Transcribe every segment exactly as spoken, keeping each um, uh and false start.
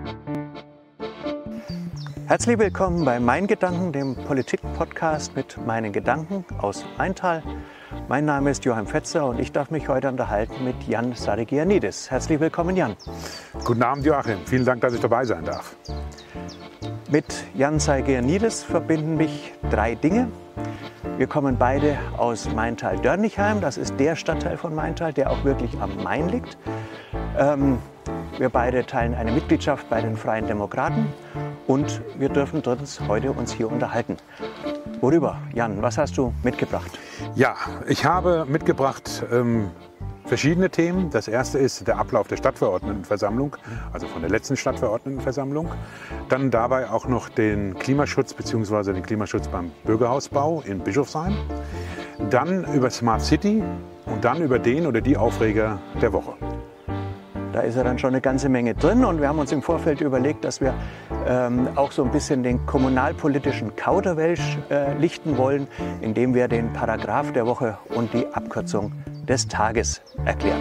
Herzlich willkommen bei Mein Gedanken, dem Politik-Podcast mit meinen Gedanken aus Maintal. Mein Name ist Joachim Fetzer und ich darf mich heute unterhalten mit Jan Sarigiannidis. Herzlich willkommen, Jan. Guten Abend, Joachim. Vielen Dank, dass ich dabei sein darf. Mit Jan Sarigiannidis verbinden mich drei Dinge. Wir kommen beide aus Maintal-Dörnigheim. Das ist der Stadtteil von Maintal, der auch wirklich am Main liegt. Ähm, wir beide teilen eine Mitgliedschaft bei den Freien Demokraten. Und wir dürfen drittens heute uns hier unterhalten. Worüber? Jan, was hast du mitgebracht? Ja, ich habe mitgebracht ähm, verschiedene Themen. Das erste ist der Ablauf der Stadtverordnetenversammlung, also von der letzten Stadtverordnetenversammlung. Dann dabei auch noch den Klimaschutz bzw. den Klimaschutz beim Bürgerhausbau in Bischofsheim. Dann über Smart City und dann über den oder die Aufreger der Woche. Da ist ja dann schon eine ganze Menge drin und wir haben uns im Vorfeld überlegt, dass wir ähm, auch so ein bisschen den kommunalpolitischen Kauderwelsch äh, lichten wollen, indem wir den Paragraph der Woche und die Abkürzung des Tages erklären.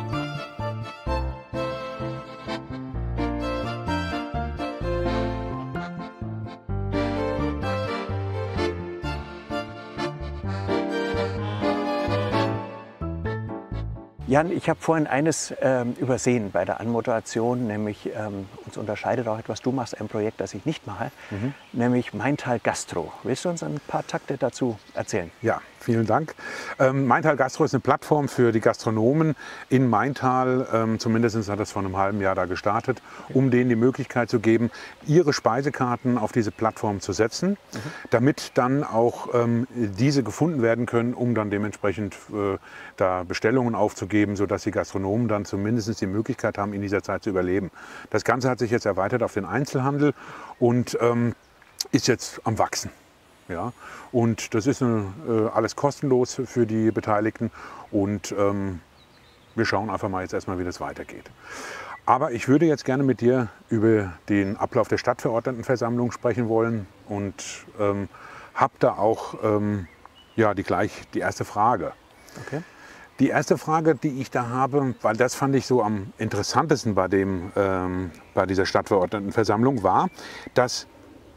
Jan, ich habe vorhin eines ähm, übersehen bei der Anmoderation, nämlich ähm, uns unterscheidet auch etwas, du machst ein Projekt, das ich nicht mache, mhm. nämlich Maintal Gastro. Willst du uns ein paar Takte dazu erzählen? Ja, vielen Dank. Ähm, Maintal Gastro ist eine Plattform für die Gastronomen in Maintal, ähm, zumindest hat das vor einem halben Jahr da gestartet, um denen die Möglichkeit zu geben, ihre Speisekarten auf diese Plattform zu setzen, mhm. damit dann auch ähm, diese gefunden werden können, um dann dementsprechend äh, da Bestellungen aufzugeben, sodass die Gastronomen dann zumindest die Möglichkeit haben, in dieser Zeit zu überleben. Das Ganze hat sich jetzt erweitert auf den Einzelhandel und ähm, ist jetzt am Wachsen. Ja? Und das ist eine, äh, alles kostenlos für die Beteiligten und ähm, wir schauen einfach mal jetzt erstmal, wie das weitergeht. Aber ich würde jetzt gerne mit dir über den Ablauf der Stadtverordnetenversammlung sprechen wollen und ähm, habe da auch ähm, ja, die, gleich die erste Frage. Okay. Die erste Frage, die ich da habe, weil das fand ich so am interessantesten bei, dem, ähm, bei dieser Stadtverordnetenversammlung, war, dass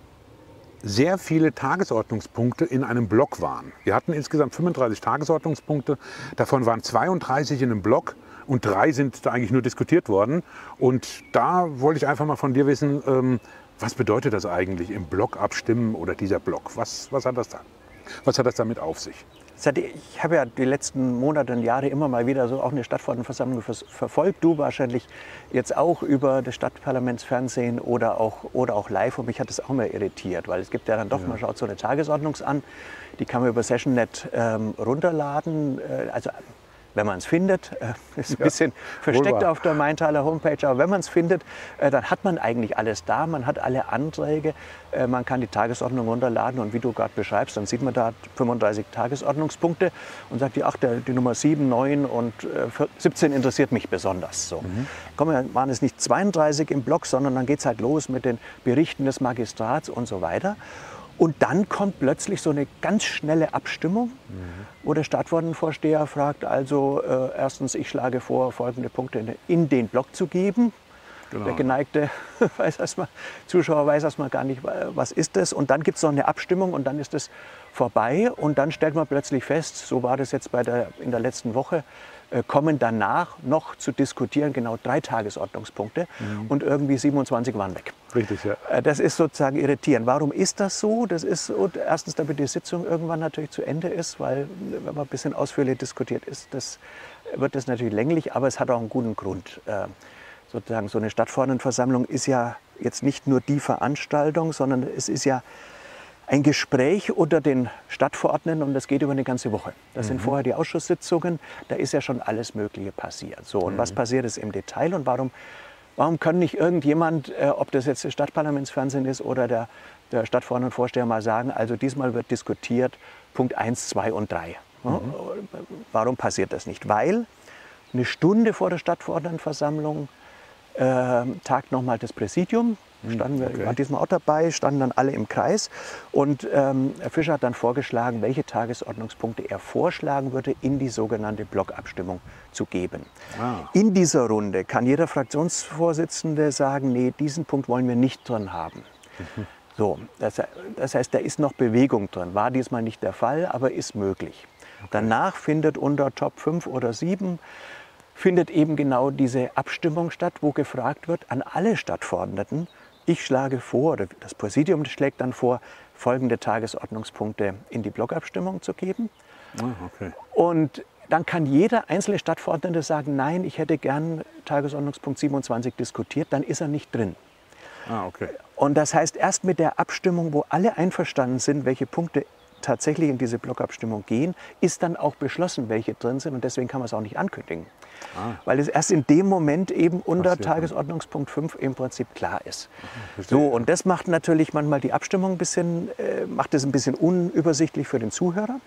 sehr viele Tagesordnungspunkte in einem Block waren. Wir hatten insgesamt fünfunddreißig Tagesordnungspunkte, davon waren zweiunddreißig in einem Block und drei sind da eigentlich nur diskutiert worden. Und da wollte ich einfach mal von dir wissen, ähm, was bedeutet das eigentlich im Block abstimmen oder dieser Block? Was, was, hat das da, was hat das damit auf sich? Ich habe ja die letzten Monate und Jahre immer mal wieder so auch eine Stadtverordnetenversammlung verfolgt. Du wahrscheinlich jetzt auch über das Stadtparlamentsfernsehen oder auch, oder auch live. Und mich hat das auch mal irritiert, weil es gibt ja dann doch, ja. man schaut so eine Tagesordnung an, die kann man über SessionNet ähm, runterladen. Äh, also wenn man es findet, äh, ist ein ja, bisschen versteckt wohlbar auf der Maintaler Homepage, aber wenn man es findet, äh, dann hat man eigentlich alles da, man hat alle Anträge, äh, man kann die Tagesordnung runterladen und wie du gerade beschreibst, dann sieht man da fünfunddreißig Tagesordnungspunkte und sagt, die, ach, der, die Nummer sieben, neun und äh, siebzehn interessiert mich besonders. So. Mhm. Kommen, waren es nicht zweiunddreißig im Block, sondern dann geht es halt los mit den Berichten des Magistrats und so weiter. Und dann kommt plötzlich so eine ganz schnelle Abstimmung, mhm. wo der Stadtverordnetenvorsteher fragt, also äh, erstens, ich schlage vor, folgende Punkte in, in den Block zu geben. Genau. Der geneigte weiß erstmal, Zuschauer weiß erstmal gar nicht, was ist das. Und dann gibt es noch eine Abstimmung und dann ist es vorbei. Und dann stellt man plötzlich fest, so war das jetzt bei der, in der letzten Woche, äh, kommen danach noch zu diskutieren genau drei Tagesordnungspunkte mhm. und irgendwie siebenundzwanzig waren weg. Richtig, ja. Äh, das ist sozusagen irritierend. Warum ist das so? Das ist so, erstens, damit die Sitzung irgendwann natürlich zu Ende ist, weil wenn man ein bisschen ausführlich diskutiert ist, das, wird das natürlich länglich, aber es hat auch einen guten Grund. Äh, sozusagen so eine Stadtverordnetenversammlung ist ja jetzt nicht nur die Veranstaltung, sondern es ist ja ein Gespräch unter den Stadtverordneten und das geht über eine ganze Woche. Das mhm. sind vorher die Ausschusssitzungen, da ist ja schon alles Mögliche passiert. So, und mhm. was passiert ist im Detail und warum, warum kann nicht irgendjemand, äh, ob das jetzt das Stadtparlamentsfernsehen ist oder der, der Stadtverordnetenvorsteher mal sagen, also diesmal wird diskutiert Punkt eins, zwei und drei. Mhm. Warum passiert das nicht? Weil eine Stunde vor der Stadtverordnetenversammlung äh, tagt nochmal das Präsidium. Standen wir, Okay. war diesmal auch dabei, standen dann alle im Kreis. Und ähm, Herr Fischer hat dann vorgeschlagen, welche Tagesordnungspunkte er vorschlagen würde, in die sogenannte Blockabstimmung zu geben. Ah. In dieser Runde kann jeder Fraktionsvorsitzende sagen, nee, diesen Punkt wollen wir nicht drin haben. Mhm. So, das, das heißt, da ist noch Bewegung drin. War diesmal nicht der Fall, aber ist möglich. Okay. Danach findet unter Top fünf oder sieben findet eben genau diese Abstimmung statt, wo gefragt wird an alle Stadtverordneten, ich schlage vor, oder das Präsidium schlägt dann vor, folgende Tagesordnungspunkte in die Blockabstimmung zu geben. Ah, okay. Und dann kann jeder einzelne Stadtverordnete sagen, nein, ich hätte gern Tagesordnungspunkt siebenundzwanzig diskutiert, dann ist er nicht drin. Ah, okay. Und das heißt, erst mit der Abstimmung, wo alle einverstanden sind, welche Punkte tatsächlich in diese Blockabstimmung gehen, ist dann auch beschlossen, welche drin sind. Und deswegen kann man es auch nicht ankündigen. Ah. Weil es erst in dem Moment eben unter Passiert Tagesordnungspunkt fünf im Prinzip klar ist. So, und das macht natürlich manchmal die Abstimmung ein bisschen, äh, macht es ein bisschen unübersichtlich für den Zuhörer.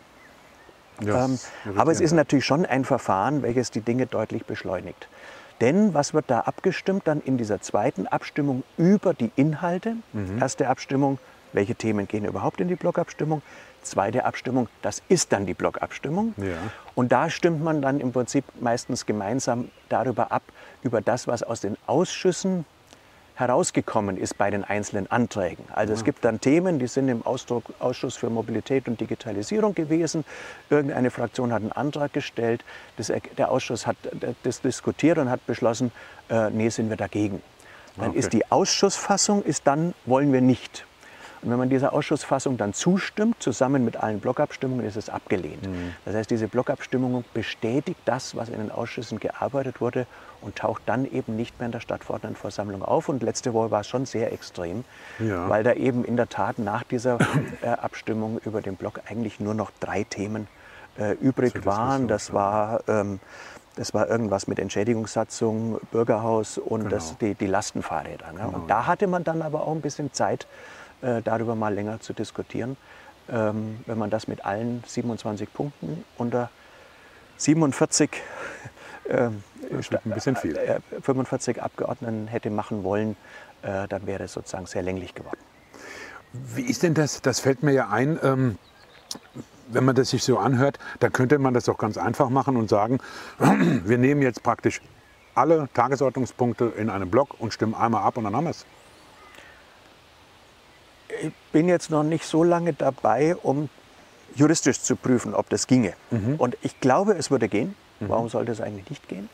Ähm, aber es ist natürlich schon ein Verfahren, welches die Dinge deutlich beschleunigt. Denn was wird da abgestimmt? Dann in dieser zweiten Abstimmung über die Inhalte. Mhm. Erste Abstimmung, welche Themen gehen überhaupt in die Blockabstimmung? Zweite Abstimmung, das ist dann die Blockabstimmung. Ja. Und da stimmt man dann im Prinzip meistens gemeinsam darüber ab, über das, was aus den Ausschüssen herausgekommen ist bei den einzelnen Anträgen. Also ja. es gibt dann Themen, die sind im Ausdruck, Ausschuss für Mobilität und Digitalisierung gewesen. Irgendeine Fraktion hat einen Antrag gestellt, das, der Ausschuss hat das diskutiert und hat beschlossen, äh, nee, sind wir dagegen. Dann okay. ist die Ausschussfassung, ist dann, wollen wir nicht. Und wenn man dieser Ausschussfassung dann zustimmt, zusammen mit allen Blockabstimmungen, ist es abgelehnt. Mhm. Das heißt, diese Blockabstimmung bestätigt das, was in den Ausschüssen gearbeitet wurde und taucht dann eben nicht mehr in der Stadtverordnetenversammlung auf. Und letzte Woche war es schon sehr extrem, ja. weil da eben in der Tat nach dieser äh, Abstimmung über den Block eigentlich nur noch drei Themen äh, übrig waren. Das war, ähm, das war irgendwas mit Entschädigungssatzung, Bürgerhaus und genau. das, die, die Lastenfahrräder. Ne? Genau. Und da hatte man dann aber auch ein bisschen Zeit, darüber mal länger zu diskutieren, ähm, wenn man das mit allen siebenundzwanzig Punkten unter siebenundvierzig, äh, ein bisschen viel. Äh, fünfundvierzig Abgeordneten hätte machen wollen, äh, dann wäre es sozusagen sehr länglich geworden. Wie ist denn das? Das fällt mir ja ein. Ähm Wenn man das sich so anhört, dann könnte man das doch ganz einfach machen und sagen, wir nehmen jetzt praktisch alle Tagesordnungspunkte in einem Block und stimmen einmal ab und dann haben wir es. Ich bin jetzt noch nicht so lange dabei, um juristisch zu prüfen, ob das ginge. Mhm. Und ich glaube, es würde gehen. Mhm. Warum sollte es eigentlich nicht gehen?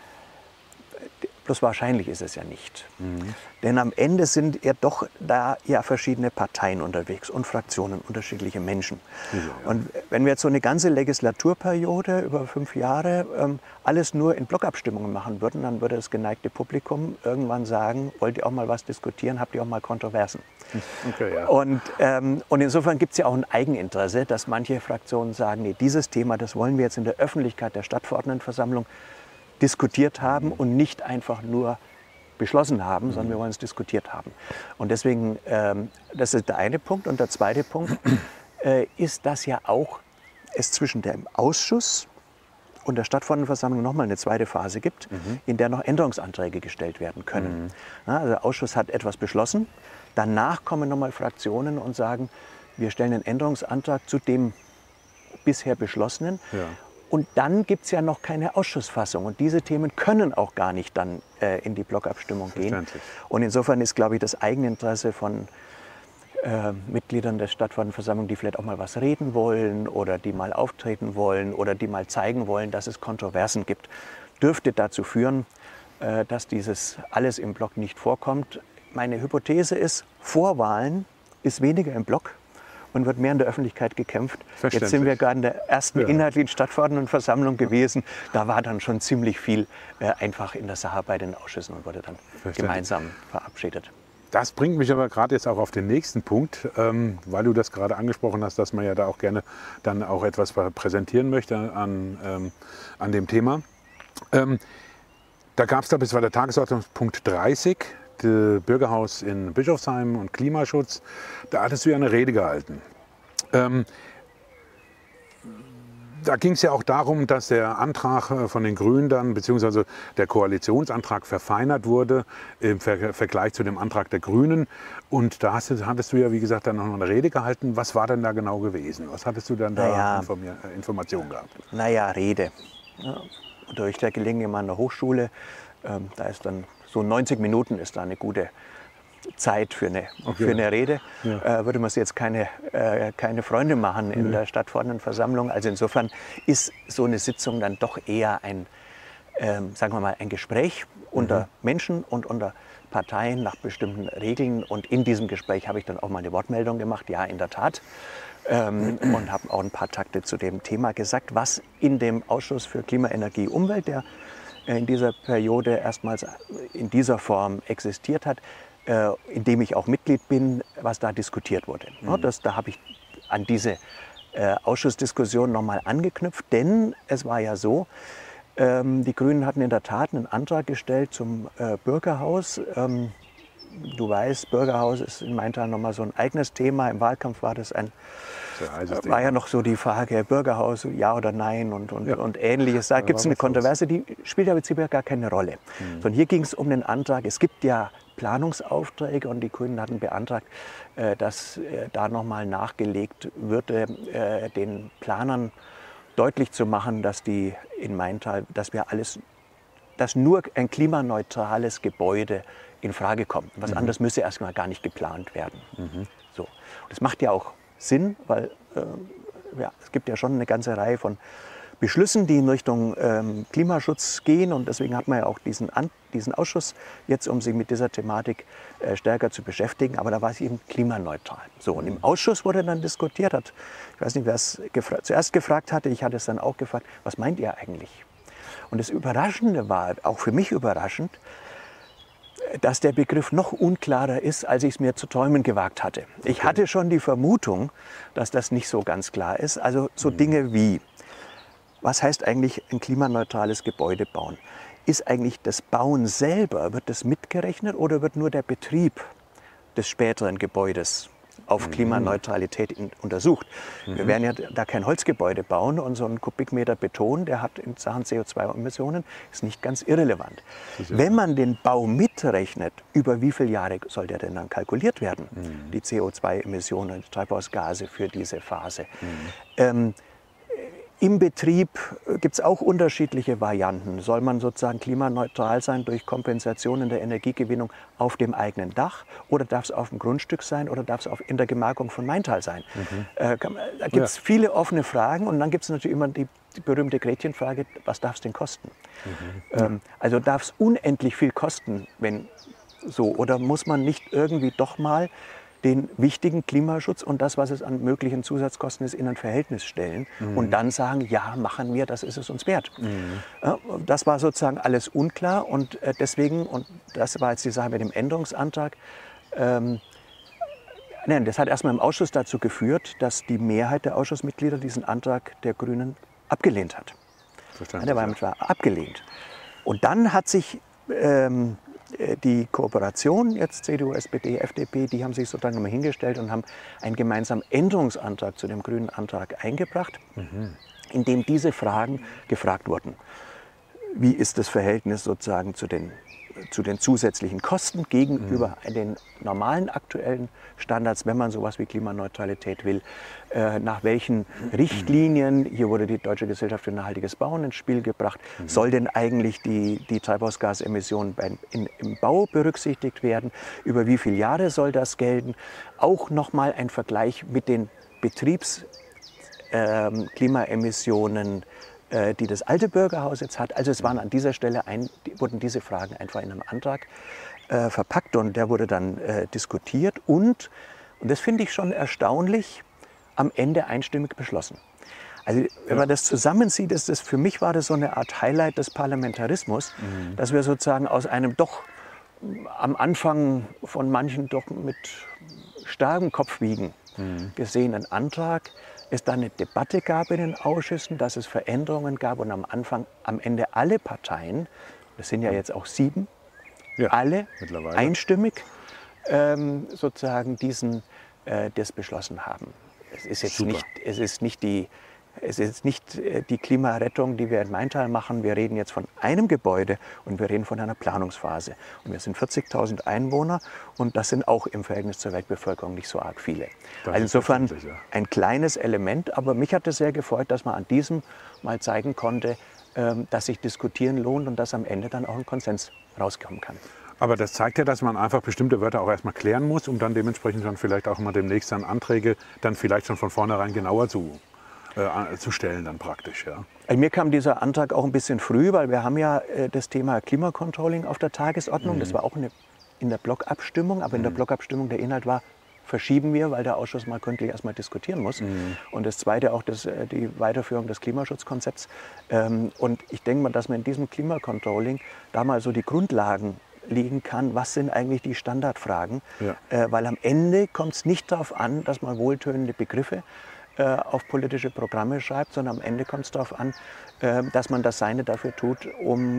Bloß wahrscheinlich ist es ja nicht. Mhm. Denn am Ende sind ja doch da ja verschiedene Parteien unterwegs und Fraktionen, unterschiedliche Menschen. Ja, ja. Und wenn wir jetzt so eine ganze Legislaturperiode über fünf Jahre ähm, alles nur in Blockabstimmungen machen würden, dann würde das geneigte Publikum irgendwann sagen, wollt ihr auch mal was diskutieren, habt ihr auch mal Kontroversen. Okay, ja. und, ähm, und insofern gibt es ja auch ein Eigeninteresse, dass manche Fraktionen sagen, nee, dieses Thema, das wollen wir jetzt in der Öffentlichkeit der Stadtverordnetenversammlung diskutiert haben und nicht einfach nur beschlossen haben, sondern wir wollen es diskutiert haben. Und deswegen, ähm, das ist der eine Punkt. Und der zweite Punkt äh, ist, dass ja auch es zwischen dem Ausschuss und der Stadtverordnetenversammlung nochmal eine zweite Phase gibt, mhm. in der noch Änderungsanträge gestellt werden können. Mhm. Ja, also der Ausschuss hat etwas beschlossen, danach kommen nochmal Fraktionen und sagen, wir stellen einen Änderungsantrag zu dem bisher Beschlossenen. Ja. Und dann gibt es ja noch keine Ausschussfassung. Und diese Themen können auch gar nicht dann äh, in die Blockabstimmung gehen. Und insofern ist, glaube ich, das Eigeninteresse von äh, Mitgliedern der Stadtverordnetenversammlung, die vielleicht auch mal was reden wollen oder die mal auftreten wollen oder die mal zeigen wollen, dass es Kontroversen gibt, dürfte dazu führen, äh, dass dieses alles im Block nicht vorkommt. Meine Hypothese ist, vor Wahlen ist weniger im Block und wird mehr in der Öffentlichkeit gekämpft. Jetzt sind wir gerade in der ersten ja. inhaltlichen Stadtverordnetenversammlung gewesen. Da war dann schon ziemlich viel äh, einfach in der Sache bei den Ausschüssen und wurde dann gemeinsam verabschiedet. Das bringt mich aber gerade jetzt auch auf den nächsten Punkt, ähm, weil du das gerade angesprochen hast, dass man ja da auch gerne dann auch etwas präsentieren möchte an, ähm, an dem Thema. Ähm, da gab es, glaube ich, das war der Tagesordnungspunkt dreißig. Bürgerhaus in Bischofsheim und Klimaschutz, da hattest du ja eine Rede gehalten. Ähm, da ging es ja auch darum, dass der Antrag äh, von den Grünen dann, beziehungsweise der Koalitionsantrag verfeinert wurde im Ver Vergleich zu dem Antrag der Grünen. Und da hast du, hattest du ja, wie gesagt, dann noch eine Rede gehalten. Was war denn da genau gewesen? Was hattest du dann da naja, äh, Informationen gehabt? Naja, Rede. Ja, durch der Gelegene an der Hochschule, ähm, da ist dann so neunzig Minuten ist da eine gute Zeit für eine, okay. für eine Rede. Ja. Äh, würde man sich jetzt keine, äh, keine Freunde machen in ja. der Stadtverordnetenversammlung. Also insofern ist so eine Sitzung dann doch eher ein, ähm, sagen wir mal, ein Gespräch unter mhm. Menschen und unter Parteien nach bestimmten Regeln. Und in diesem Gespräch habe ich dann auch mal eine Wortmeldung gemacht. Ja, in der Tat. Ähm, und habe auch ein paar Takte zu dem Thema gesagt, was in dem Ausschuss für Klima, Energie, Umwelt, der in dieser Periode erstmals in dieser Form existiert hat, äh, in dem ich auch Mitglied bin, was da diskutiert wurde. Mhm. Das, da habe ich an diese äh, Ausschussdiskussion nochmal angeknüpft, denn es war ja so, ähm, die Grünen hatten in der Tat einen Antrag gestellt zum äh, Bürgerhaus. Ähm, Du weißt, Bürgerhaus ist in Maintal nochmal so ein eigenes Thema. Im Wahlkampf war das ein, äh, war ja noch so die Frage, Bürgerhaus, ja oder nein und, und, ja. und Ähnliches. Da gibt es eine Kontroverse, die spielt aber prinzipiell gar keine Rolle. Mhm. Sondern hier ging es um den Antrag, es gibt ja Planungsaufträge und die Grünen hatten beantragt, äh, dass äh, da nochmal nachgelegt würde, äh, den Planern deutlich zu machen, dass die in Maintal, dass wir alles, dass nur ein klimaneutrales Gebäude in Frage kommt. Was mhm. anderes müsse erstmal gar nicht geplant werden. Mhm. So. Und das macht ja auch Sinn, weil äh, ja, es gibt ja schon eine ganze Reihe von Beschlüssen, die in Richtung ähm, Klimaschutz gehen. Und deswegen hat man ja auch diesen, An diesen Ausschuss jetzt, um sich mit dieser Thematik äh, stärker zu beschäftigen. Aber da war es eben klimaneutral. So, und im Ausschuss wurde dann diskutiert. Hat, ich weiß nicht, wer es gefra zuerst gefragt hatte. Ich hatte es dann auch gefragt, was meint ihr eigentlich? Und das Überraschende war, auch für mich überraschend, dass der Begriff noch unklarer ist, als ich es mir zu träumen gewagt hatte. Okay. Ich hatte schon die Vermutung, dass das nicht so ganz klar ist. Also so mhm. Dinge wie, was heißt eigentlich ein klimaneutrales Gebäude bauen? Ist eigentlich das Bauen selber, wird das mitgerechnet oder wird nur der Betrieb des späteren Gebäudes auf Klimaneutralität in, untersucht? Mhm. Wir werden ja da kein Holzgebäude bauen und so ein Kubikmeter Beton, der hat in Sachen C O zwei Emissionen, ist nicht ganz irrelevant. Wenn man den Bau mitrechnet, über wie viele Jahre soll der denn dann kalkuliert werden? Mhm. Die C O zwei Emissionen, die Treibhausgase für diese Phase. Mhm. Ähm, Im Betrieb gibt es auch unterschiedliche Varianten. Soll man sozusagen klimaneutral sein durch Kompensationen der Energiegewinnung auf dem eigenen Dach oder darf es auf dem Grundstück sein oder darf es in der Gemarkung von Maintal sein? Mhm. Äh, kann, da gibt es ja. viele offene Fragen und dann gibt es natürlich immer die, die berühmte Gretchenfrage, was darf es denn kosten? Mhm. Ähm, also darf es unendlich viel kosten, wenn so, oder muss man nicht irgendwie doch mal den wichtigen Klimaschutz und das, was es an möglichen Zusatzkosten ist, in ein Verhältnis stellen mhm. und dann sagen, ja, machen wir, das ist es uns wert. Mhm. Ja, das war sozusagen alles unklar und deswegen, und das war jetzt die Sache mit dem Änderungsantrag, ähm, nein, das hat erstmal im Ausschuss dazu geführt, dass die Mehrheit der Ausschussmitglieder diesen Antrag der Grünen abgelehnt hat. Verstanden, der war ja. abgelehnt. Und dann hat sich ähm, die Kooperation, jetzt C D U, S P D, F D P, die haben sich sozusagen mal hingestellt und haben einen gemeinsamen Änderungsantrag zu dem grünen Antrag eingebracht, mhm. in dem diese Fragen gefragt wurden. Wie ist das Verhältnis sozusagen zu den, zu den zusätzlichen Kosten gegenüber mhm. den normalen aktuellen Standards, wenn man sowas wie Klimaneutralität will? Äh, nach welchen Richtlinien, hier wurde die Deutsche Gesellschaft für nachhaltiges Bauen ins Spiel gebracht, mhm. soll denn eigentlich die, die Treibhausgasemissionen beim, in, im Bau berücksichtigt werden? Über wie viele Jahre soll das gelten? Auch nochmal ein Vergleich mit den Betriebsklimaemissionen, äh, die das alte Bürgerhaus jetzt hat. Also es waren an dieser Stelle, ein, die, wurden diese Fragen einfach in einem Antrag äh, verpackt und der wurde dann äh, diskutiert und, und das finde ich schon erstaunlich, am Ende einstimmig beschlossen. Also wenn man das zusammensieht, ist das, für mich war das so eine Art Highlight des Parlamentarismus, mhm. dass wir sozusagen aus einem doch am Anfang von manchen doch mit starkem Kopfwiegen mhm. gesehenen Antrag, es dann eine Debatte gab in den Ausschüssen, dass es Veränderungen gab und am Anfang, am Ende alle Parteien, das sind ja jetzt auch sieben, ja, alle einstimmig ähm, sozusagen diesen, äh, das beschlossen haben. Es ist jetzt nicht, es ist nicht die, Es ist nicht die Klimarettung, die wir in Maintal machen. Wir reden jetzt von einem Gebäude und wir reden von einer Planungsphase. Und wir sind vierzigtausend Einwohner und das sind auch im Verhältnis zur Weltbevölkerung nicht so arg viele. Also insofern ein kleines Element, aber mich hat es sehr gefreut, dass man an diesem mal zeigen konnte, dass sich diskutieren lohnt und dass am Ende dann auch ein Konsens rauskommen kann. Aber das zeigt ja, dass man einfach bestimmte Wörter auch erstmal klären muss, um dann dementsprechend dann vielleicht auch mal demnächst dann Anträge dann vielleicht schon von vornherein genauer zu Äh, zu stellen dann praktisch. Ja. Also mir kam dieser Antrag auch ein bisschen früh, weil wir haben ja äh, das Thema Klimacontrolling auf der Tagesordnung. Mhm. Das war auch eine, in der Blockabstimmung, aber in der Blockabstimmung der Inhalt war, verschieben wir, weil der Ausschuss mal gründlich erstmal diskutieren muss. Mhm. Und das Zweite auch das, äh, die Weiterführung des Klimaschutzkonzepts. Ähm, und ich denke mal, dass man in diesem Klimacontrolling da mal so die Grundlagen liegen kann, was sind eigentlich die Standardfragen. Ja. Äh, weil am Ende kommt es nicht darauf an, dass man wohltönende Begriffe auf politische Programme schreibt, sondern am Ende kommt es darauf an, dass man das Seine dafür tut, um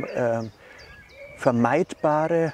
vermeidbare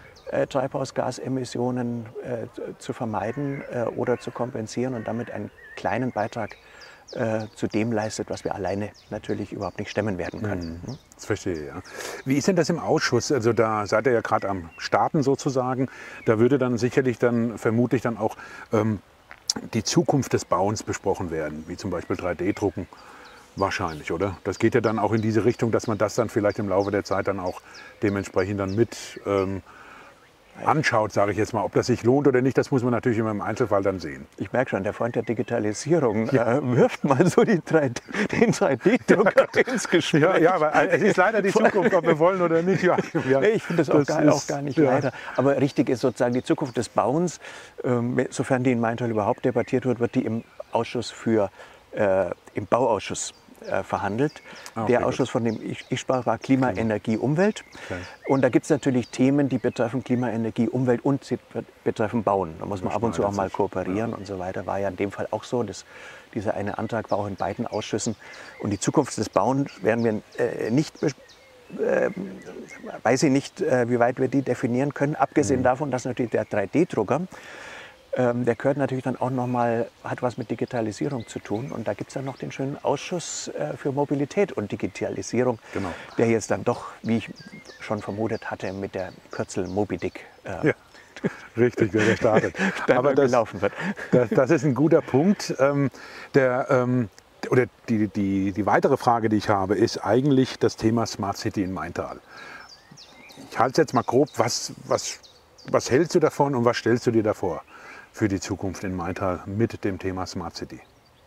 Treibhausgasemissionen zu vermeiden oder zu kompensieren und damit einen kleinen Beitrag zu dem leistet, was wir alleine natürlich überhaupt nicht stemmen werden können. Mhm. Das verstehe ich, ja. Wie ist denn das im Ausschuss? Also da seid ihr ja gerade am Starten sozusagen. Da würde dann sicherlich dann vermutlich dann auch ähm, die Zukunft des Bauens besprochen werden, wie zum Beispiel drei D drucken, wahrscheinlich, oder? Das geht ja dann auch in diese Richtung, dass man das dann vielleicht im Laufe der Zeit dann auch dementsprechend dann mit ähm, anschaut, sage ich jetzt mal. Ob das sich lohnt oder nicht, das muss man natürlich immer im Einzelfall dann sehen. Ich merke schon, der Freund der Digitalisierung ja. äh, wirft mal so die drei D, den drei D-Drucker ja. ins Gespräch. Ja, ja, aber es ist leider die Zukunft, ob wir wollen oder nicht. Ja, ja. Nee, ich finde das, das auch, gar, ist, auch gar nicht ja. leider. Aber richtig ist sozusagen die Zukunft des Bauens, ähm, sofern die in Maintal überhaupt debattiert wird, wird die im Ausschuss für, äh, im Bauausschuss Äh, verhandelt. Ah, okay, der Ausschuss, von dem ich, ich sprach, war Klima, Klima. Energie, Umwelt. Okay. Und da gibt es natürlich Themen, die betreffen Klima, Energie, Umwelt und sie betreffen Bauen. Da muss man ab und zu auch mal kooperieren ja. und so weiter. War ja in dem Fall auch so. Das, dieser eine Antrag war auch in beiden Ausschüssen. Und die Zukunft des Bauens werden wir äh, nicht, äh, weiß ich nicht, äh, wie weit wir die definieren können. Abgesehen mhm. davon, dass natürlich der drei D-Drucker, Ähm, der gehört natürlich dann auch noch mal, hat was mit Digitalisierung zu tun. Und da gibt es dann noch den schönen Ausschuss äh, für Mobilität und Digitalisierung, genau. der jetzt dann doch, wie ich schon vermutet hatte, mit der Kürzel Mobidic äh, ja. Richtig, wer der startet. Aber das, gelaufen wird. Das, das ist ein guter Punkt. Ähm, der, ähm, oder die, die, die weitere Frage, die ich habe, ist eigentlich das Thema Smart City in Maintal. Ich halte es jetzt mal grob. Was, was, was hältst du davon und was stellst du dir davor für die Zukunft in Maintal mit dem Thema Smart City?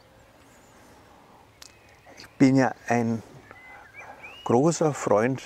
Ich bin ja ein großer Freund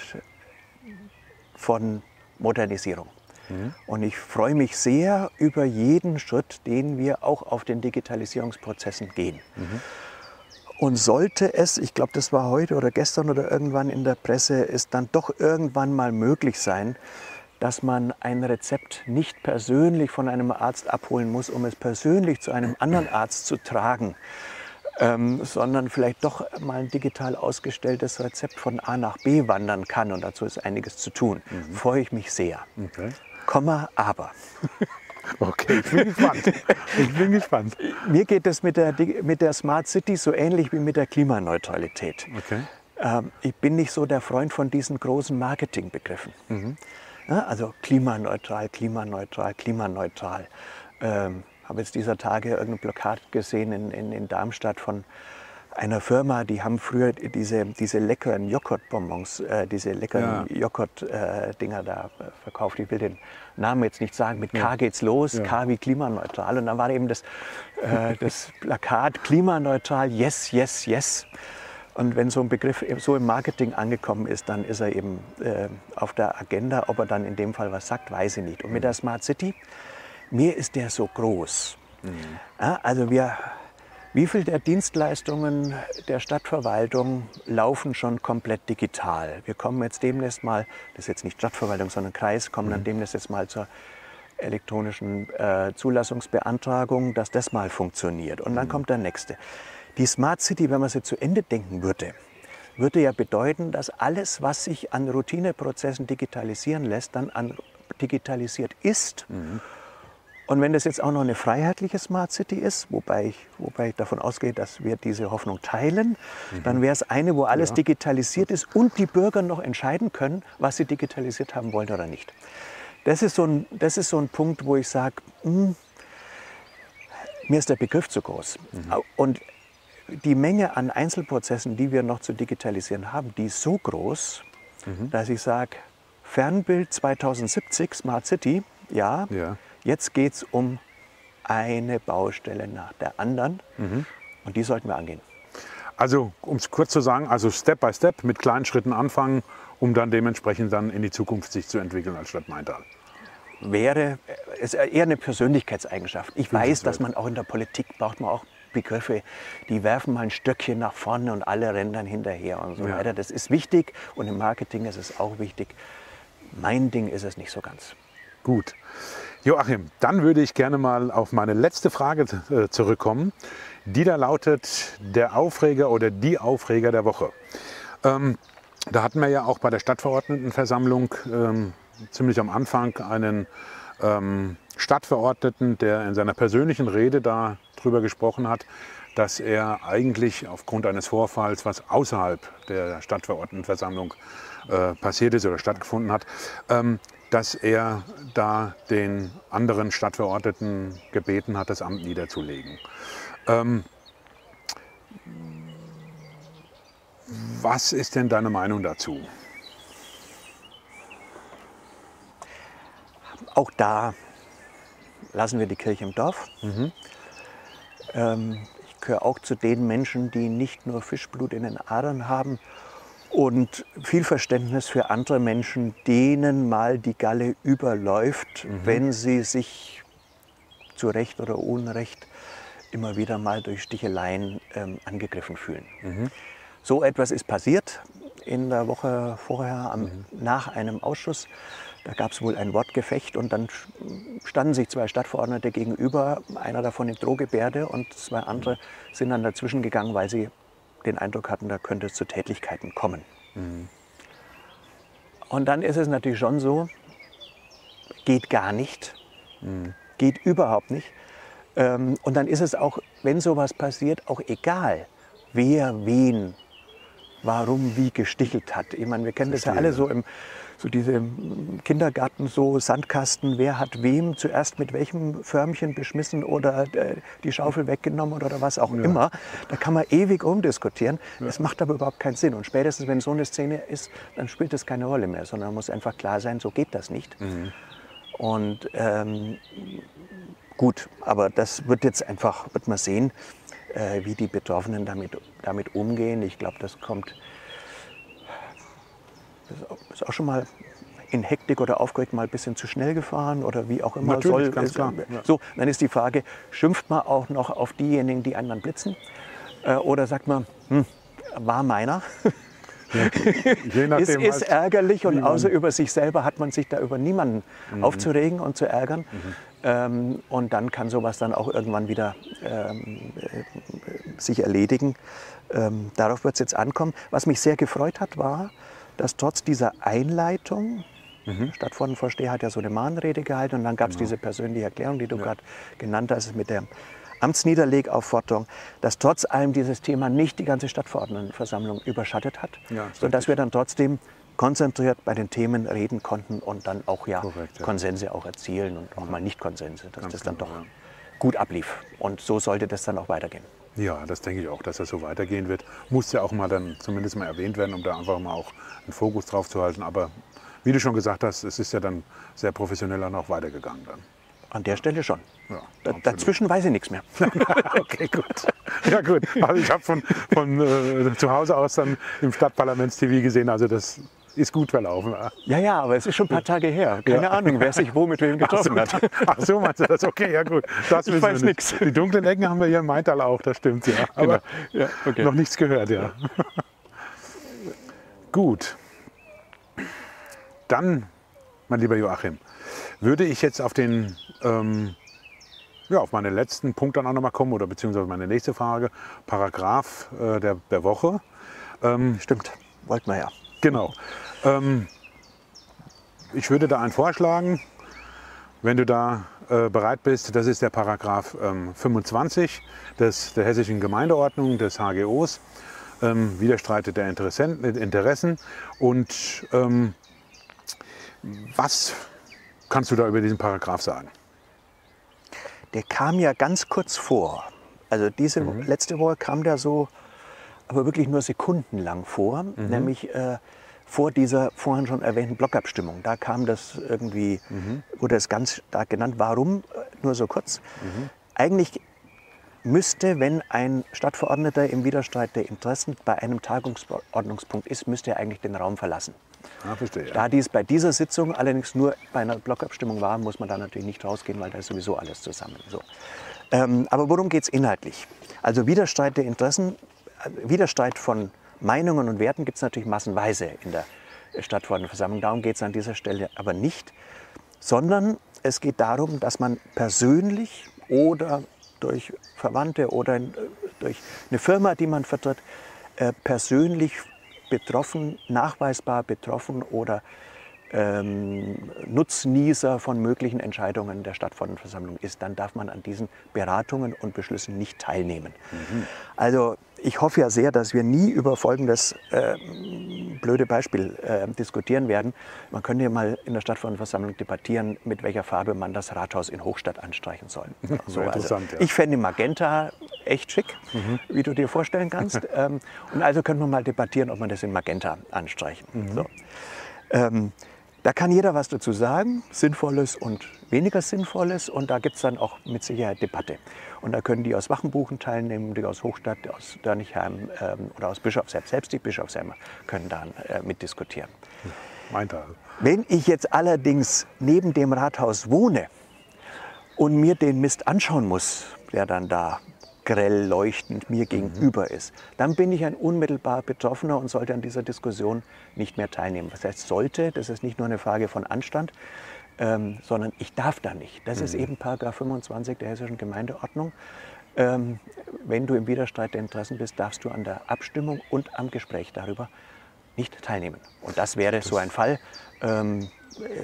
von Modernisierung. Mhm. Und ich freue mich sehr über jeden Schritt, den wir auch auf den Digitalisierungsprozessen gehen. Mhm. Und sollte es, ich glaube, das war heute oder gestern oder irgendwann in der Presse, es dann doch irgendwann mal möglich sein, dass man ein Rezept nicht persönlich von einem Arzt abholen muss, um es persönlich zu einem anderen Arzt zu tragen, ähm, sondern vielleicht doch mal ein digital ausgestelltes Rezept von A nach B wandern kann. Und dazu ist einiges zu tun. Mhm. Freue ich mich sehr. Okay. Komma, aber. Okay, ich bin gespannt. Ich bin gespannt. Mir geht es mit der, mit der Smart City so ähnlich wie mit der Klimaneutralität. Okay. Ähm, ich bin nicht so der Freund von diesen großen Marketingbegriffen. Mhm. Ja, also klimaneutral, klimaneutral, klimaneutral. Ähm, habe jetzt dieser Tage irgendein Plakat gesehen in, in, in Darmstadt von einer Firma, die haben früher diese, diese leckeren Joghurtbonbons, äh, diese leckeren ja. Joghurt-Dinger äh, da verkauft. Ich will den Namen jetzt nicht sagen. Mit K ja. geht's los, ja. K wie klimaneutral. Und dann war eben das, äh, das Plakat klimaneutral, yes, yes, yes. Und wenn so ein Begriff so im Marketing angekommen ist, dann ist er eben äh, auf der Agenda. Ob er dann in dem Fall was sagt, weiß ich nicht. Und mit der Smart City, mir ist der so groß. Mhm. Ja, also wir, wie viel der Dienstleistungen der Stadtverwaltung laufen schon komplett digital? Wir kommen jetzt demnächst mal, das ist jetzt nicht Stadtverwaltung, sondern Kreis, kommen mhm. dann demnächst jetzt mal zur elektronischen äh, Zulassungsbeantragung, dass das mal funktioniert. Und dann mhm. kommt der nächste. Die Smart City, wenn man sie zu Ende denken würde, würde ja bedeuten, dass alles, was sich an Routineprozessen digitalisieren lässt, dann an, digitalisiert ist. Mhm. Und wenn das jetzt auch noch eine freiheitliche Smart City ist, wobei ich, wobei ich davon ausgehe, dass wir diese Hoffnung teilen, mhm. dann wäre es eine, wo alles ja. digitalisiert ist und die Bürger noch entscheiden können, was sie digitalisiert haben wollen oder nicht. Das ist so ein, das ist so ein Punkt, wo ich sage, mir ist der Begriff zu groß. Mhm. Und die Menge an Einzelprozessen, die wir noch zu digitalisieren haben, die ist so groß, mhm. dass ich sage, Fernbild zweitausendsiebzig, Smart City, ja, ja. jetzt geht es um eine Baustelle nach der anderen mhm. und die sollten wir angehen. Also, um es kurz zu sagen, also Step by Step mit kleinen Schritten anfangen, um dann dementsprechend dann in die Zukunft sich zu entwickeln als Stadt Maintal. Wäre ist eher eine Persönlichkeitseigenschaft. Ich weiß, dass man auch in der Politik braucht man auch Begriffe, die werfen mal ein Stöckchen nach vorne und alle rennen dann hinterher und so ja. weiter. Das ist wichtig und im Marketing ist es auch wichtig. Mein Ding ist es nicht so ganz. Gut. Joachim, dann würde ich gerne mal auf meine letzte Frage äh, zurückkommen, die da lautet, der Aufreger oder die Aufreger der Woche. Ähm, da hatten wir ja auch bei der Stadtverordnetenversammlung ähm, ziemlich am Anfang einen ähm, Stadtverordneten, der in seiner persönlichen Rede darüber gesprochen hat, dass er eigentlich aufgrund eines Vorfalls, was außerhalb der Stadtverordnetenversammlung äh, passiert ist oder stattgefunden hat, ähm, dass er da den anderen Stadtverordneten gebeten hat, das Amt niederzulegen. Ähm, was ist denn deine Meinung dazu? Auch da lassen wir die Kirche im Dorf. Mhm. Ähm, ich gehöre auch zu den Menschen, die nicht nur Fischblut in den Adern haben und viel Verständnis für andere Menschen, denen mal die Galle überläuft, mhm. wenn sie sich zu Recht oder Unrecht immer wieder mal durch Sticheleien ähm, angegriffen fühlen. Mhm. So etwas ist passiert in der Woche vorher, am, mhm. nach einem Ausschuss. Da gab es wohl ein Wortgefecht und dann standen sich zwei Stadtverordnete gegenüber, einer davon in Drohgebärde und zwei andere sind dann dazwischen gegangen, weil sie den Eindruck hatten, da könnte es zu Tätlichkeiten kommen. Mhm. Und dann ist es natürlich schon so, geht gar nicht, mhm. geht überhaupt nicht. Und dann ist es auch, wenn sowas passiert, auch egal, wer wen, warum, wie gestichelt hat. Ich meine, wir kennen das ja alle so im so diese Kindergarten, so Sandkasten, wer hat wem zuerst mit welchem Förmchen beschmissen oder äh, die Schaufel weggenommen oder was auch ja. immer. Da kann man ewig rumdiskutieren. Ja. Das macht aber überhaupt keinen Sinn. Und spätestens, wenn so eine Szene ist, dann spielt das keine Rolle mehr, sondern muss einfach klar sein, so geht das nicht. Mhm. Und ähm, gut, aber das wird jetzt einfach, wird man sehen, äh, wie die Betroffenen damit, damit umgehen. Ich glaube, das kommt ist auch schon mal in Hektik oder Aufgeregt mal ein bisschen zu schnell gefahren oder wie auch immer. Natürlich, soll. Ganz klar. Ja. So, dann ist die Frage, schimpft man auch noch auf diejenigen, die anderen blitzen? Äh, oder sagt man, hm, war meiner? Ja, je nachdem, ist, ist halt ärgerlich und außer über sich selber hat man sich da über niemanden mhm. aufzuregen und zu ärgern. Mhm. Ähm, und dann kann sowas dann auch irgendwann wieder ähm, äh, sich erledigen. Ähm, darauf wird es jetzt ankommen. Was mich sehr gefreut hat, war, dass trotz dieser Einleitung, mhm. der Stadtverordnetenvorsteher hat ja so eine Mahnrede gehalten und dann gab es genau. diese persönliche Erklärung, die du ja. gerade genannt hast, mit der Amtsniederlegaufforderung, dass trotz allem dieses Thema nicht die ganze Stadtverordnetenversammlung überschattet hat, ja, sondern dass wir dann trotzdem konzentriert bei den Themen reden konnten und dann auch ja, Korrekt, ja. Konsense auch erzielen und auch ja. mal Nicht-Konsense, dass Ganz das dann genau, doch ja. gut ablief. Und so sollte das dann auch weitergehen. Ja, das denke ich auch, dass das so weitergehen wird. Muss ja auch mal dann zumindest mal erwähnt werden, um da einfach mal auch einen Fokus drauf zu halten. Aber wie du schon gesagt hast, es ist ja dann sehr professionell dann auch weitergegangen dann. An der Stelle schon. Ja, da, dazwischen weiß ich nichts mehr. Okay, gut. Ja gut, also ich habe von, von äh, zu Hause aus dann im Stadtparlaments-T V gesehen, also das ist gut verlaufen. Ja, ja, aber es ist schon ein paar Tage her. Keine ja. Ahnung, wer sich wo mit wem getroffen ach so, hat. Ach so, meinst du das? Okay, ja gut. Das ich weiß nichts. Die dunklen Ecken haben wir hier im Maintal auch, das stimmt ja. Aber genau. ja, okay. noch nichts gehört, ja. ja. Gut. Dann, mein lieber Joachim, würde ich jetzt auf den ähm, ja, auf meinen letzten Punkt dann auch noch mal kommen oder beziehungsweise meine nächste Frage, Paragraph äh, der, der Woche. Ähm, Stimmt, wollten wir ja. Genau. Ähm, ich würde da einen vorschlagen, wenn du da äh, bereit bist, das ist der Paragraph ähm, fünfundzwanzig des, der Hessischen Gemeindeordnung, des H G Os, ähm, Widerstreite der Interessen, Interessen. Und ähm, was kannst du da über diesen Paragraph sagen? Der kam ja ganz kurz vor. Also diese mhm. letzte Woche kam der so, aber wirklich nur sekundenlang vor, mhm. nämlich äh, vor dieser vorhin schon erwähnten Blockabstimmung. Da kam das irgendwie, mhm. wurde es ganz stark genannt. Warum? Nur so kurz. Mhm. Eigentlich müsste, wenn ein Stadtverordneter im Widerstreit der Interessen bei einem Tagungsordnungspunkt ist, müsste er eigentlich den Raum verlassen. Ah, verstehe, ja. Da dies bei dieser Sitzung allerdings nur bei einer Blockabstimmung war, muss man da natürlich nicht rausgehen, weil da ist sowieso alles zusammen. So. Ähm, aber worum geht es inhaltlich? Also Widerstreit der Interessen, Widerstreit von Meinungen und Werten gibt es natürlich massenweise in der Stadtverordnetenversammlung. Darum geht es an dieser Stelle aber nicht, sondern es geht darum, dass man persönlich oder durch Verwandte oder durch eine Firma, die man vertritt, äh, persönlich betroffen, nachweisbar betroffen oder ähm, Nutznießer von möglichen Entscheidungen der Stadtverordnetenversammlung ist, dann darf man an diesen Beratungen und Beschlüssen nicht teilnehmen. Mhm. Also ich hoffe ja sehr, dass wir nie über folgendes äh, blöde Beispiel äh, diskutieren werden. Man könnte ja mal in der Stadtverordnetenversammlung debattieren, mit welcher Farbe man das Rathaus in Hochstadt anstreichen soll. So, also, ja. Ich fände Magenta echt schick, mhm. wie du dir vorstellen kannst. ähm, und also könnte man mal debattieren, ob man das in Magenta anstreichen. Mhm. So. Ähm, Da kann jeder was dazu sagen, Sinnvolles und weniger Sinnvolles. Und da gibt es dann auch mit Sicherheit Debatte. Und da können die aus Wachenbuchen teilnehmen, die aus Hochstadt, aus Dörnigheim ähm, oder aus Bischofsheim, selbst die Bischofsheimer können da äh, mitdiskutieren. Maintal. Wenn ich jetzt allerdings neben dem Rathaus wohne und mir den Mist anschauen muss, der dann da grell leuchtend mir gegenüber mhm. ist, dann bin ich ein unmittelbar Betroffener und sollte an dieser Diskussion nicht mehr teilnehmen. Was heißt sollte? Das ist nicht nur eine Frage von Anstand, ähm, sondern ich darf da nicht. Das mhm. ist eben Paragraph fünfundzwanzig der Hessischen Gemeindeordnung. Ähm, wenn du im Widerstreit der Interessen bist, darfst du an der Abstimmung und am Gespräch darüber nicht teilnehmen. Und das wäre das so ein Fall. Ähm, äh,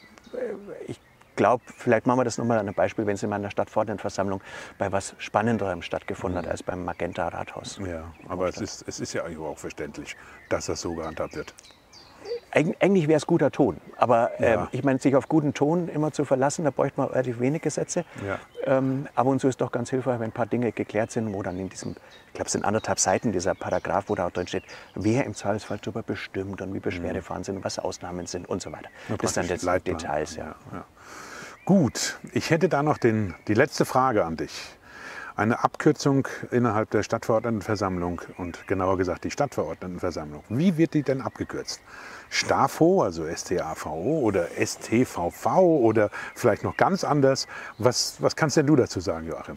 ich Ich glaube, vielleicht machen wir das nochmal an einem Beispiel, wenn es in meiner Stadtverordnetenversammlung bei was Spannenderem stattgefunden hat als beim Magenta Rathaus. Ja, aber es ist, es ist ja eigentlich auch verständlich, dass das so gehandhabt wird. Eig eigentlich wäre es guter Ton, aber äh, ja. ich meine, sich auf guten Ton immer zu verlassen, da bräuchte man relativ wenig Gesetze. Ja. Ähm, ab und zu ist doch ganz hilfreich, wenn ein paar Dinge geklärt sind, wo dann in diesem, ich glaube, es sind anderthalb Seiten dieser Paragraph, wo da auch drin steht, wer im Zweifelsfall darüber bestimmt und wie Beschwerdefahren sind und was Ausnahmen sind und so weiter. Ja, das sind dann jetzt Details, ja. ja, ja. Gut, ich hätte da noch den, die letzte Frage an dich. Eine Abkürzung innerhalb der Stadtverordnetenversammlung und genauer gesagt die Stadtverordnetenversammlung. Wie wird die denn abgekürzt? STAVO, also S T A V O oder S T V V oder vielleicht noch ganz anders. Was, was kannst denn du dazu sagen, Joachim?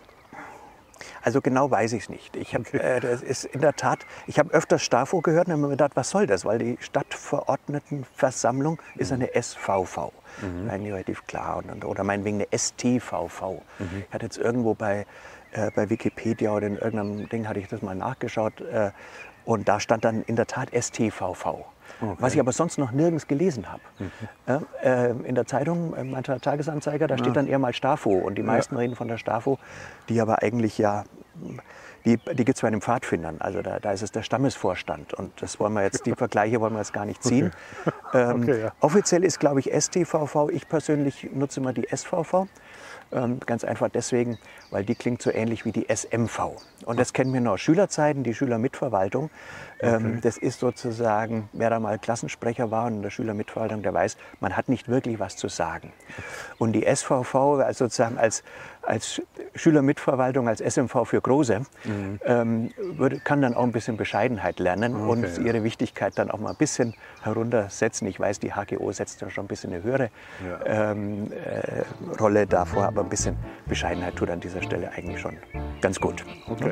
Also genau weiß ich es nicht. Ich habe äh, das ist in der Tat, ich habe öfters STAVO gehört und habe mir gedacht, was soll das? Weil die Stadtverordnetenversammlung ist eine S V V. Mhm. Eigentlich relativ klar. Und, oder meinetwegen eine S T V V. Mhm. Ich hatte jetzt irgendwo bei, äh, bei Wikipedia oder in irgendeinem Ding hatte ich das mal nachgeschaut äh, und da stand dann in der Tat S T V V. Okay. Was ich aber sonst noch nirgends gelesen habe. Mhm. Ja, äh, in der Zeitung, im Tagesanzeiger, da steht ja. dann eher mal STAVO. Und die meisten ja. reden von der STAVO, die aber eigentlich ja, die, die gibt es bei den Pfadfindern. Also da, da ist es der Stammesvorstand. Und das wollen wir jetzt, die Vergleiche wollen wir jetzt gar nicht ziehen. Okay. Ähm, okay, ja. Offiziell ist, glaube ich, S T V V. Ich persönlich nutze immer die S V V. Ähm, ganz einfach deswegen, weil die klingt so ähnlich wie die S M V. Und das kennen wir noch aus Schülerzeiten, die Schülermitverwaltung. Ähm, okay. Das ist sozusagen, wer da mal Klassensprecher war und in der Schülermitverwaltung, der weiß, man hat nicht wirklich was zu sagen. Und die S V V, also sozusagen als, als Schülermitverwaltung, als S M V für Große, mhm. ähm, würde, kann dann auch ein bisschen Bescheidenheit lernen okay, und ja. ihre Wichtigkeit dann auch mal ein bisschen heruntersetzen. Ich weiß, die H G O setzt ja schon ein bisschen eine höhere ja. ähm, äh, Rolle davor, aber ein bisschen Bescheidenheit tut an dieser Stelle eigentlich schon ganz gut. Okay.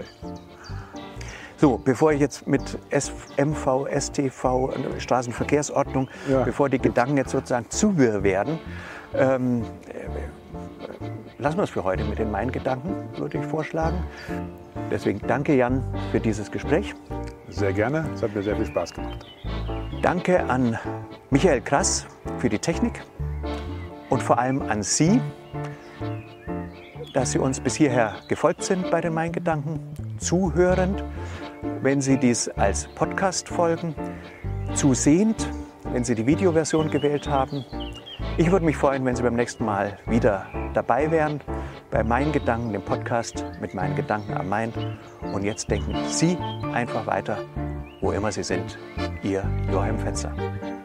So, bevor ich jetzt mit S M V, S T V, Straßenverkehrsordnung, ja. bevor die Gedanken jetzt sozusagen zu wirr werden, ähm, lassen wir es für heute mit den meinen Gedanken, würde ich vorschlagen. Deswegen danke Jan für dieses Gespräch. Sehr gerne, es hat mir sehr viel Spaß gemacht. Danke an Michael Krass für die Technik und vor allem an Sie, dass Sie uns bis hierher gefolgt sind bei den Main-Gedanken, zuhörend, wenn Sie dies als Podcast folgen, zusehend, wenn Sie die Videoversion gewählt haben. Ich würde mich freuen, wenn Sie beim nächsten Mal wieder dabei wären bei Main-Gedanken, dem Podcast mit meinen Gedanken am Main. Und jetzt denken Sie einfach weiter, wo immer Sie sind. Ihr Joachim Fetzer.